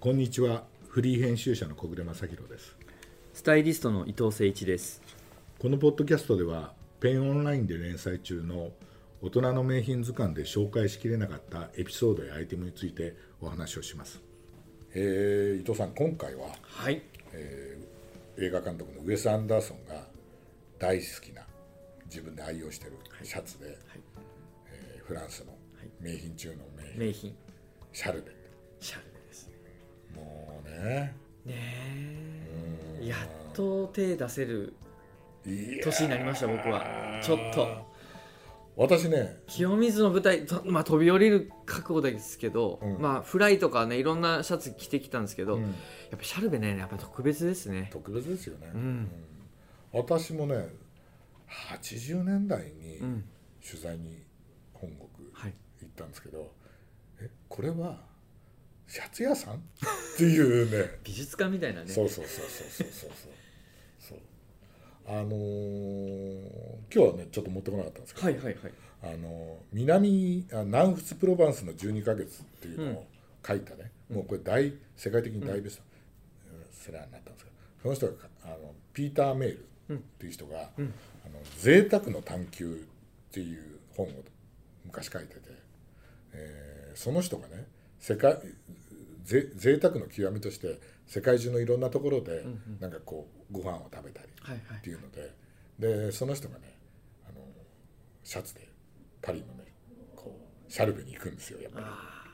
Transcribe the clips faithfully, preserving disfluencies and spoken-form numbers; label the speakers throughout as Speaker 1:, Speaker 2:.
Speaker 1: こんにちは。フリー編集者の小暮正弘です。
Speaker 2: スタイリストの伊藤誠一です。
Speaker 1: このポッドキャストではペンオンラインで連載中の大人の名品図鑑で紹介しきれなかったエピソードやアイテムについてお話をします。えー、伊藤さん、今回は、
Speaker 2: はい
Speaker 1: えー、映画監督のウェス・アンダーソンが大好きな自分で愛用しているシャツで、はいはいえー、フランスの名品中の名品、
Speaker 2: 名品
Speaker 1: シャルベ。
Speaker 2: シャルベですね。
Speaker 1: もうね
Speaker 2: ねえやっと手出せる年になりました。僕はちょっと
Speaker 1: 私ね
Speaker 2: 清水の舞台、まあ、飛び降りる覚悟ですけど、うんまあ、フライとかねいろんなシャツ着てきたんですけど、うん、やっぱシャルベねやっぱ特別ですね。
Speaker 1: 特別ですよね、
Speaker 2: うんうん、
Speaker 1: 私もねはちじゅうねんだいに取材に本国行ったんですけど、はい、えこれはシャツ屋さんっていうね
Speaker 2: 美術館みたいなね。
Speaker 1: そうそうそうそうそうそうそうあのー、今日はねちょっと持ってこなかったんですけど、
Speaker 2: はいはいはい、
Speaker 1: あのー、南あ南仏プロヴァンスのじゅうにかげつっていうのを書いたね、うん、もうこれ大世界的に大ベストセラーになったんですけど、その人があのピーター・メールっていう人が、うん、あの贅沢の探求っていう本を昔書いてて、えー、その人がね世界ぜ贅沢の極みとして世界中のいろんなところでなんかこうご飯を食べたりっていうので、はいはい、でその人がねあのシャツでパリのねこうシャルベに行くんですよやっぱり。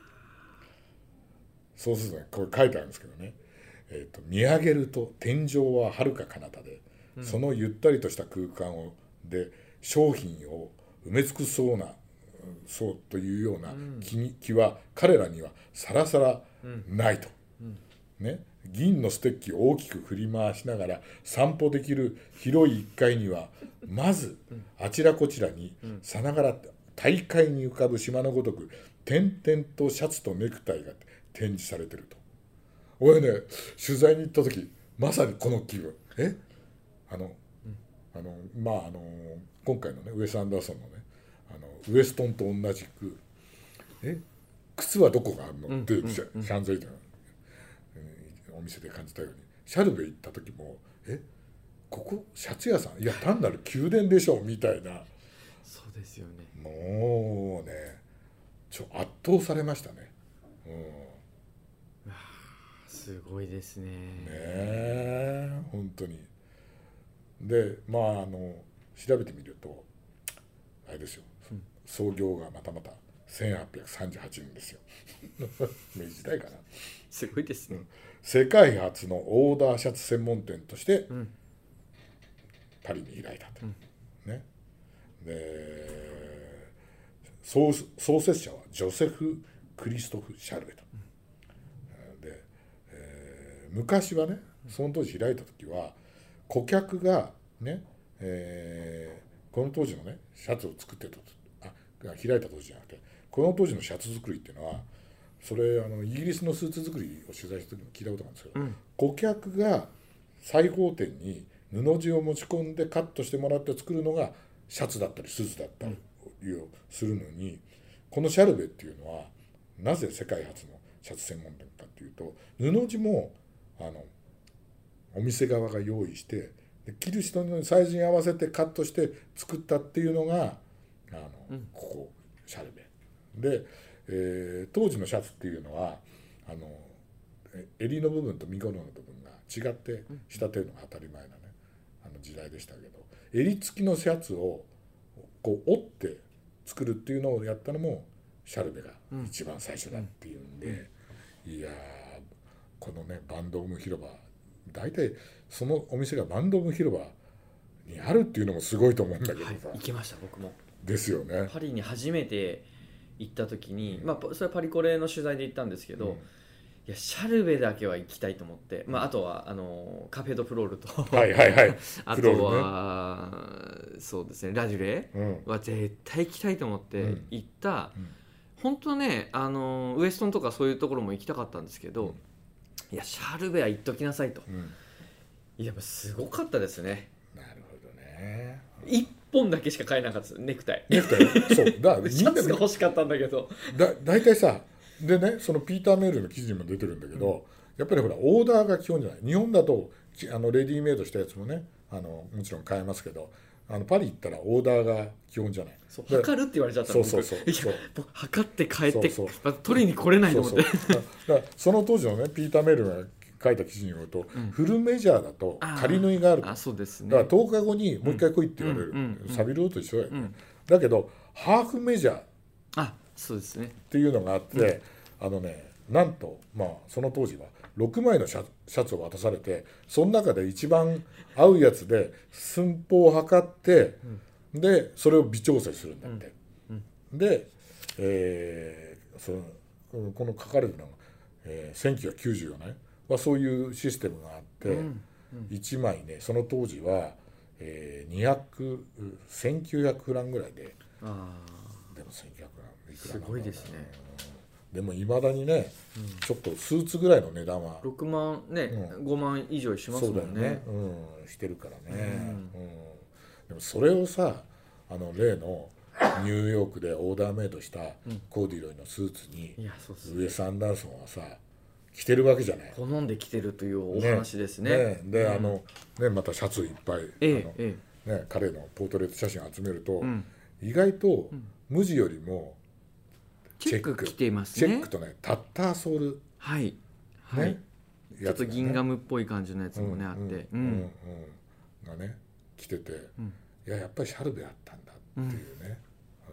Speaker 1: そうするとねこれ書いてあるんですけどね、えーと、見上げると天井は遥か彼方で、うん、そのゆったりとした空間をで商品を埋め尽くそうなそうというような気, に気は彼らにはさらさらないと、うんうんね、銀のステッキを大きく振り回しながら散歩できる広いいっかいにはまずあちらこちらにさながら大海に浮かぶ島のごとく点々とシャツとネクタイが展示されてると。俺ね取材に行った時まさにこの気分えあの、うん、あのまああの今回のねウェス・アンダーソンのねあのウエストンと同じくえ靴はどこがあるの、うん、って、うん、シャンゼリゼの、うん、お店で感じたようにシャルベ行った時もえここシャツ屋さんいや単なる宮殿でしょみたいな。
Speaker 2: そうですよね。
Speaker 1: もうねちょ圧倒されましたね、うん、
Speaker 2: すごいですね。ね
Speaker 1: え本当に。でまああの調べてみるとあれですよ、うん、創業がまたまたせんはっぴゃくさんじゅうはちねんですよ明治時代かな。
Speaker 2: すごいですね、うん、
Speaker 1: 世界初のオーダーシャツ専門店としてパリに開いたと、うんね、で 創, 創設者はジョセフ・クリストフ・シャルベと、うん、で、えー、昔はねその当時開いた時は顧客がね、えーこの当時のねシャツを作ってたあ開いた当時じゃなくてこの当時のシャツ作りっていうのはそれあのイギリスのスーツ作りを取材した時に聞いたことがあるんですけど、うん、顧客が裁縫店に布地を持ち込んでカットしてもらって作るのがシャツだったりスーツだったりをするのに、うん、このシャルベっていうのはなぜ世界初のシャツ専門店かっていうと布地もあのお店側が用意して着る人のサイズに合わせてカットして作ったっていうのがあの、うん、ここシャルベで、えー、当時のシャツっていうのはあの襟の部分と身ごろの部分が違って仕立てるのが当たり前なねあの時代でしたけど襟付きのシャツをこう折って作るっていうのをやったのもシャルベが一番最初だっていうんで、うんうん、いやこのねバンドーム広場大体そのお店がバンドーム広場にあるっていうのもすごいと思うんだけどさ、はい、
Speaker 2: 行きました僕も。
Speaker 1: ですよね。
Speaker 2: パリに初めて行った時に、うんまあ、それはパリコレの取材で行ったんですけど、うん、いやシャルベだけは行きたいと思って、まあ、あとはあのカフェドフロールと
Speaker 1: はいはいはい
Speaker 2: あとは、ね、そうですねラジュレは絶対行きたいと思って行った、うんうん、本当ねあのウエストンとかそういうところも行きたかったんですけど、うんいやシャルベは言っときなさいと、うん、いやすごかったですね。
Speaker 1: なるほどね。
Speaker 2: いっぽんだけしか買えなかったですネクタイ
Speaker 1: ネクタイそうだ
Speaker 2: シャツが欲しかったんだけど
Speaker 1: だ大体さでねそのピーター・メールの記事にも出てるんだけど、 やっぱりほらオーダーが基本じゃない。日本だとあのレディーメイドしたやつもね、あのもちろん買えますけど、あのパリ行ったらオーダーが基本じゃない。
Speaker 2: そう測るって言われちゃったの。
Speaker 1: そうそうそうそう。
Speaker 2: 僕測って帰って
Speaker 1: そうそう
Speaker 2: 取りに来れないと思って。
Speaker 1: そうそうだからその当時のねピーター・メルが書いた記事によると、うん、フルメジャーだと仮縫いがある。
Speaker 2: ああそうですね。
Speaker 1: だからとおかごにもう一回来いって言われる。サビローと一緒だよね、うん、だけどハーフメジャー
Speaker 2: あそうですね
Speaker 1: っていうのがあって、うん、あのねなんとまあその当時はろくまいのシャ、シャツを渡されて、その中で一番合うやつで寸法を測って、うん、でそれを微調整するんだって、うんうん、で、えー、そのこの書かれるのが、えー、せんきゅうひゃくきゅうじゅうよねんはそういうシステムがあって、うんうん、いちまいねその当時は、えー、にひゃく、せんきゅうひゃくフランぐらいで、あでもせんきゅうひゃくフランいくらなんだろうな。
Speaker 2: すごいですね。
Speaker 1: でもいまだにね、うん、ちょっとスーツぐらいの値段は
Speaker 2: ろくまんね、うん、ごまん以上しますもんね。
Speaker 1: そうだよね、うん、してるからね、うんうん、でもそれをさあの例のニューヨークでオーダーメイドしたコーディロイのスーツに、うん、ウエス・アンダーソンはさ着てるわけじゃない。
Speaker 2: 好んで着てるというお話ですね。
Speaker 1: ねねで、うん、あのねまたシャツいっぱい、
Speaker 2: ええ
Speaker 1: あの
Speaker 2: え
Speaker 1: えね、彼のポートレート写真を集めると、うん、意外と無地よりも
Speaker 2: チェック着ていますね。
Speaker 1: チェックとねタッターソール、
Speaker 2: はいはい、ね、ちょっと銀ガムっぽい感じのやつもね、うん、あって、うんうん
Speaker 1: うん、がね着てて、うん、いややっぱりシャルベあったんだっていうね、うんうん、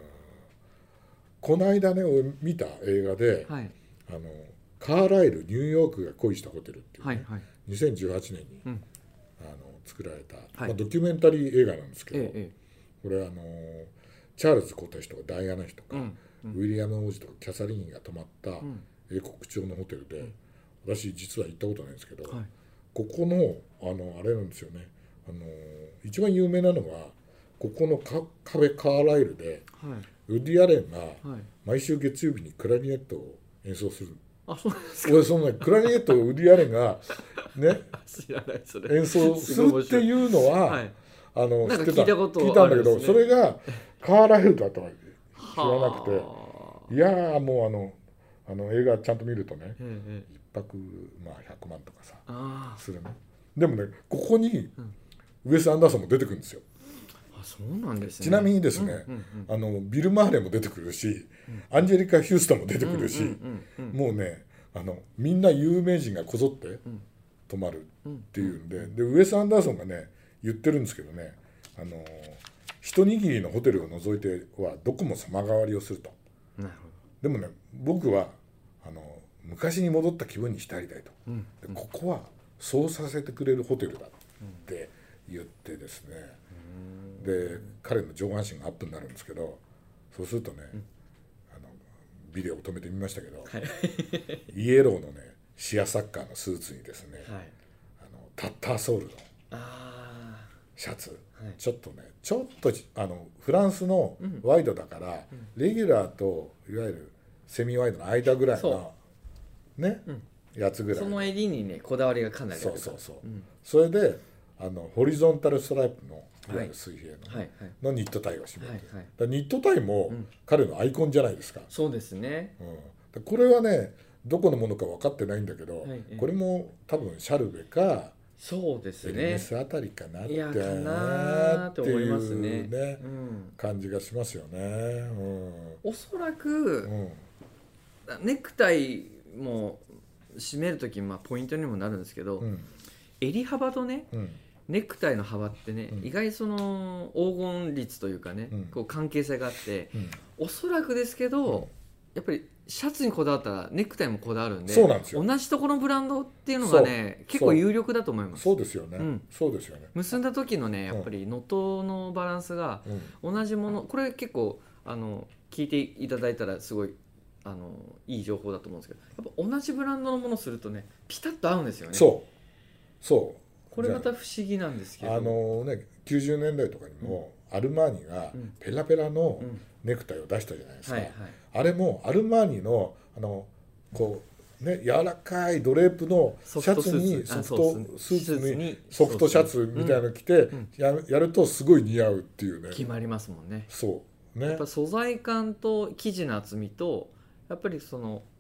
Speaker 1: この間ね俺見た映画で、はい、あのカーライルニューヨークが恋したホテルっていう、ねはいはい、にせんじゅうはちねんに、うん、あの作られた、はいまあ、ドキュメンタリー映画なんですけど、ええ、これあのチャールズ皇太子とかダイアナ妃とか、うんうん、ウィリアム王子とかキャサリンが泊まった英国調のホテルで、うん、私実は行ったことないんですけど、はい、ここのあのあれなんですよね、あの一番有名なのはここのカカフェカーライルで、はい、ウッディ・アレンが毎週月曜日にクラリネットを演奏する。
Speaker 2: あ、そうですか。
Speaker 1: 俺その、ね、クラリネットをウッディ・アレンが、ね、
Speaker 2: 知らないそれ
Speaker 1: 演奏するっていうのは、はい、あの
Speaker 2: 知ってた、
Speaker 1: 聞いたんだけど、それがカーライルだとは知らなくて、いやーもうあのあの映画ちゃんと見るとね、一泊まあひゃくまんとかさするね。でもねここにウエス・アンダーソンも出てくるんですよ。
Speaker 2: あ、そうなんですね。
Speaker 1: ちなみにですね、うんうんうん、あのビル・マーレも出てくるし、うん、アンジェリカ・ヒューストンも出てくるし、うんうんうんうん、もうねあのみんな有名人がこぞって泊まるっていうんで、でウエス・アンダーソンがね言ってるんですけどね、あの一握りのホテルを除いてはどこも様変わりをすると。なるほど。でもね僕はあの昔に戻った気分にしてありたいと、うん、でここはそうさせてくれるホテルだって言ってですね、うん、で彼の上半身がアップになるんですけど、そうするとね、うん、あのビデオを止めてみましたけど、はい、イエローのねシアサッカーのスーツにですね、はい、あのタッターソールのシャツ、はい、ちょっとねちょっとあのフランスのワイドだから、うん、レギュラーといわゆるセミワイドの間ぐらいのね、うん、やつぐらい、
Speaker 2: その襟にねこだわりがかなりある。
Speaker 1: そうそうそう、うん、それであのホリゾンタルストライプのいわゆる水平の、はいはいはい、のニットタイを締めて、はいはい、だニットタイも彼のアイコンじゃないですか、うん、
Speaker 2: そうですね、
Speaker 1: うん、これはねどこのものか分かってないんだけど、はい、これも多分シャルベか
Speaker 2: そうですね、
Speaker 1: エルメスあたりかなって
Speaker 2: いやかなって思いますね、
Speaker 1: ね、うん、感じがしますよね、うん、
Speaker 2: おそらく、うん、ネクタイも締めるとき、まあ、ポイントにもなるんですけど、うん、襟幅とね、うん、ネクタイの幅ってね、うん、意外その黄金率というかね、うん、こう関係性があって、うん、おそらくですけど、うん、やっぱりシャツにこだわったらネクタイもこだわるんで、
Speaker 1: そうなんですよ。
Speaker 2: 同じところのブランドっていうのがね結構有力だと思います。
Speaker 1: そうですよね、うん、そうですよね。
Speaker 2: 結んだ時のねやっぱりノットのバランスが同じもの、これ結構あの聞いていただいたらすごいあのいい情報だと思うんですけど、やっぱ同じブランドのものをするとねピタッと合うんですよね。
Speaker 1: そうそう
Speaker 2: これまた不思議なんですけど、
Speaker 1: あのねきゅうじゅうねんだいとかにも、うん、アルマーニがペラペラのネクタイを出したじゃないですか、うんはいはい、あれもアルマーニのあのこうね柔らかいドレープのシャツにソフトスーツにソフトシャツみたいなの着てやるとすごい似合うっていうね。
Speaker 2: 決まりますもんね。
Speaker 1: そうね。
Speaker 2: やっぱ素材感と生地の厚みとやっぱりその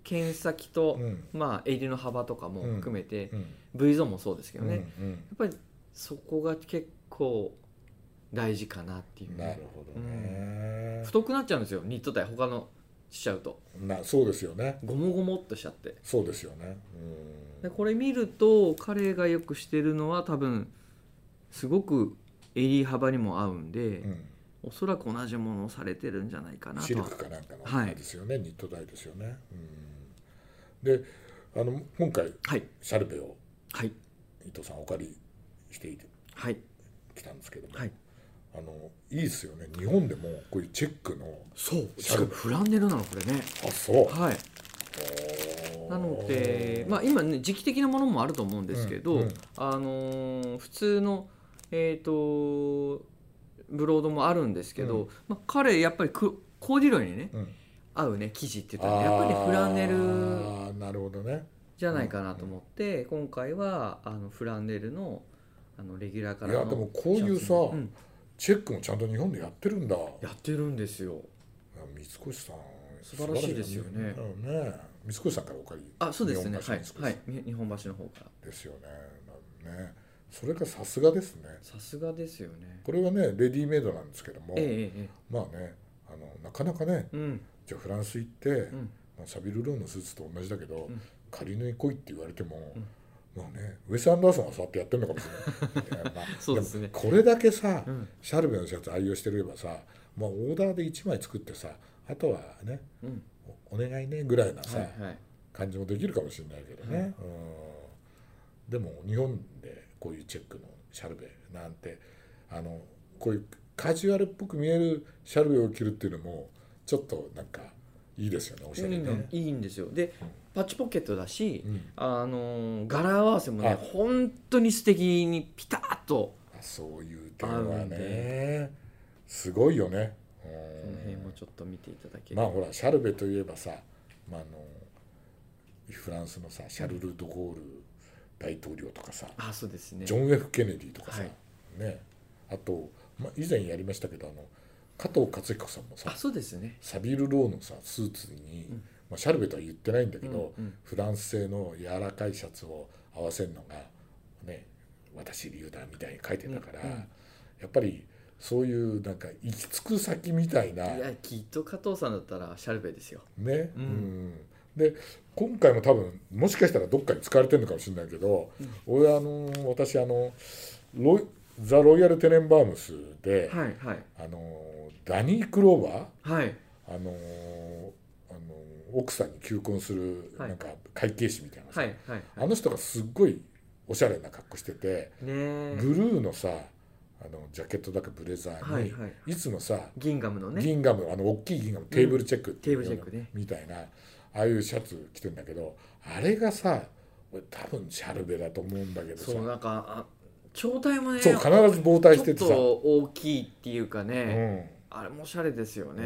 Speaker 2: 剣先と、
Speaker 1: うん、
Speaker 2: まあ、襟の幅とかも含めて、
Speaker 1: うん、
Speaker 2: V ゾーンもそうですけどね、
Speaker 1: うんうん、
Speaker 2: やっぱりそこが結構大事かなっていう、
Speaker 1: ね、なるほどね、
Speaker 2: うん、太くなっちゃうんですよニットタイ他のしちゃうと
Speaker 1: なそうですよね
Speaker 2: ゴモゴモっとしちゃって
Speaker 1: そうですよね、
Speaker 2: うん、でこれ見ると彼がよくしてるのは多分すごく襟幅にも合うんで、うん、おそらく同じものをされてるんじゃないかなと。
Speaker 1: シルクかなんかのあれですよね、はい、ニットタイですよね、うん、であの今回、はい、シャルベを、はい、伊藤さんお借りしていて、はい、来たんですけども、はい、あのいいですよね日本でもこういうチェックの
Speaker 2: そうしかもフランネルなのこれね
Speaker 1: あそう
Speaker 2: はいなので、まあ、今ね時期的なものもあると思うんですけど、うんうん、あのー、普通のえーとブロードもあるんですけど、うんまあ、彼やっぱりコーディロイにね、うん、合うね生地って言ったらやっぱりフランネル
Speaker 1: なるほどね
Speaker 2: じゃないかなと思って、うんうん、今回はあのフランネルのあのレギュラーからの
Speaker 1: いやでもこういうさ、うん、チェックもちゃんと日本でやってるんだ
Speaker 2: やってるんですよ
Speaker 1: 三越さん
Speaker 2: 素晴らしいですよね
Speaker 1: ね三越さんからお借り
Speaker 2: あそうですねはい、はい、日本橋の方から
Speaker 1: ですよねねそれがさすがですね
Speaker 2: さすがですよね
Speaker 1: これはねレディーメイドなんですけども、
Speaker 2: ええ、
Speaker 1: まあねあのなかなかね、うん、じゃあフランス行って、うんまあ、サビル・ローのスーツと同じだけど、うん、仮縫い来いって言われても、うんまあね、ウェス・アンダーソンはそうやってやってるのかもしれないまあ、そうですね、でもこれだけさ、うん、シャルベのシャツ愛用してればさ、まあ、オーダーでいちまい作ってさあとはね、うん、お, お願いねぐらいなさ、はいはい、感じもできるかもしれないけどね、はいうん、でも日本でこういうチェックのシャルベなんてあのこういうカジュアルっぽく見えるシャルベを着るっていうのもちょっとなんかいいですよねおしゃれね
Speaker 2: いいんですよで、うん、パッチポケットだし、うん、あの柄合わせもね本当に素敵にピタッと
Speaker 1: そういう点はねすごいよね
Speaker 2: この辺もちょっと見ていただけ
Speaker 1: るまあほらシャルベといえばさ、まあ、あのフランスのさシャルル・ド・ゴール大統領とかさ、
Speaker 2: あそうですね、
Speaker 1: ジョン・ F ・ケネディとかさ、はいね、あと、まあ、以前やりましたけどあの加藤勝彦さんもさ
Speaker 2: あそうですね
Speaker 1: サビル・ローのさスーツに、うんまあ、シャルベとは言ってないんだけど、うんうん、フランス製の柔らかいシャツを合わせるのがね私流だみたいに書いてたから、うんうん、やっぱりそういうなんか行き着く先みたいない
Speaker 2: やきっと加藤さんだったらシャルベですよ
Speaker 1: ね、うん、うんで今回も多分もしかしたらどっかに使われてるのかもしれないけど、うん、俺あの私あのロイザ・ロイヤル・テネンバームスで、はいはい、あのダニー・クローバー、はい、あのあの奥さんに求婚するなんか会計士みたいなさ、はいはいはい、あの人がすっごいおしゃれな格好してて、ね、ブルーのさあのジャケットだかブレザーに、はいはい、いつもさ
Speaker 2: ギンガムのね
Speaker 1: ギンガムあの大きいギンガムテーブルチェックっていう、
Speaker 2: うん、テーブルチェックね
Speaker 1: みたいなああいうシャツ着てんだけどあれがさ多分シャルベだと思うんだけどさ
Speaker 2: そうなんか長体もね
Speaker 1: そう必ず棒体しててさ
Speaker 2: ちょっと大きいっていうかね、うん、あれもおしゃれですよね、うん、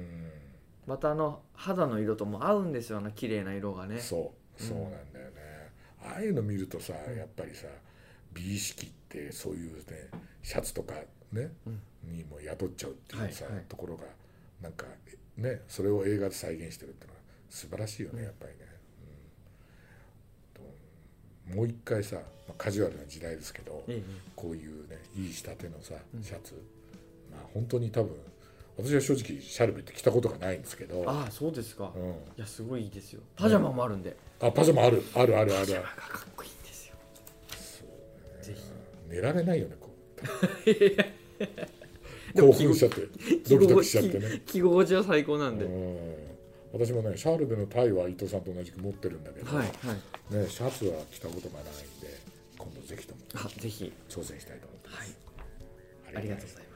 Speaker 2: またあの肌の色とも合うんですよあの綺麗な色がね
Speaker 1: そうそうなんだよね、うん、ああいうの見るとさやっぱりさ美意識ってそういうねシャツとかね、うん、にも宿っちゃうっていうさ、はいはい、ところがなんかねそれを映画で再現してるってのは素晴らしいよねやっぱりね、うん、もう一回さカジュアルな時代ですけど、うん、こういうねいい仕立てのさシャツ、うん、まあ本当に多分私は正直シャルベって着たことがないんですけど
Speaker 2: ああそうですか、うん、いやすごいいいですよパジャマもあるんで、ね、
Speaker 1: あパジャマあるあるあるある
Speaker 2: パジャマがかっこいいんですよ
Speaker 1: そうねぜひ寝られないよねこう興奮しちゃってドキドキしちゃってね
Speaker 2: 着心地は最高なんで、
Speaker 1: うん私もねシャルベのタイは伊藤さんと同じく持ってるんだけど、はいはいね、シャツは着たことがないんで今度ぜひとも
Speaker 2: あぜひ
Speaker 1: 挑戦したいと思ってます、
Speaker 2: はい、ありがとうございます。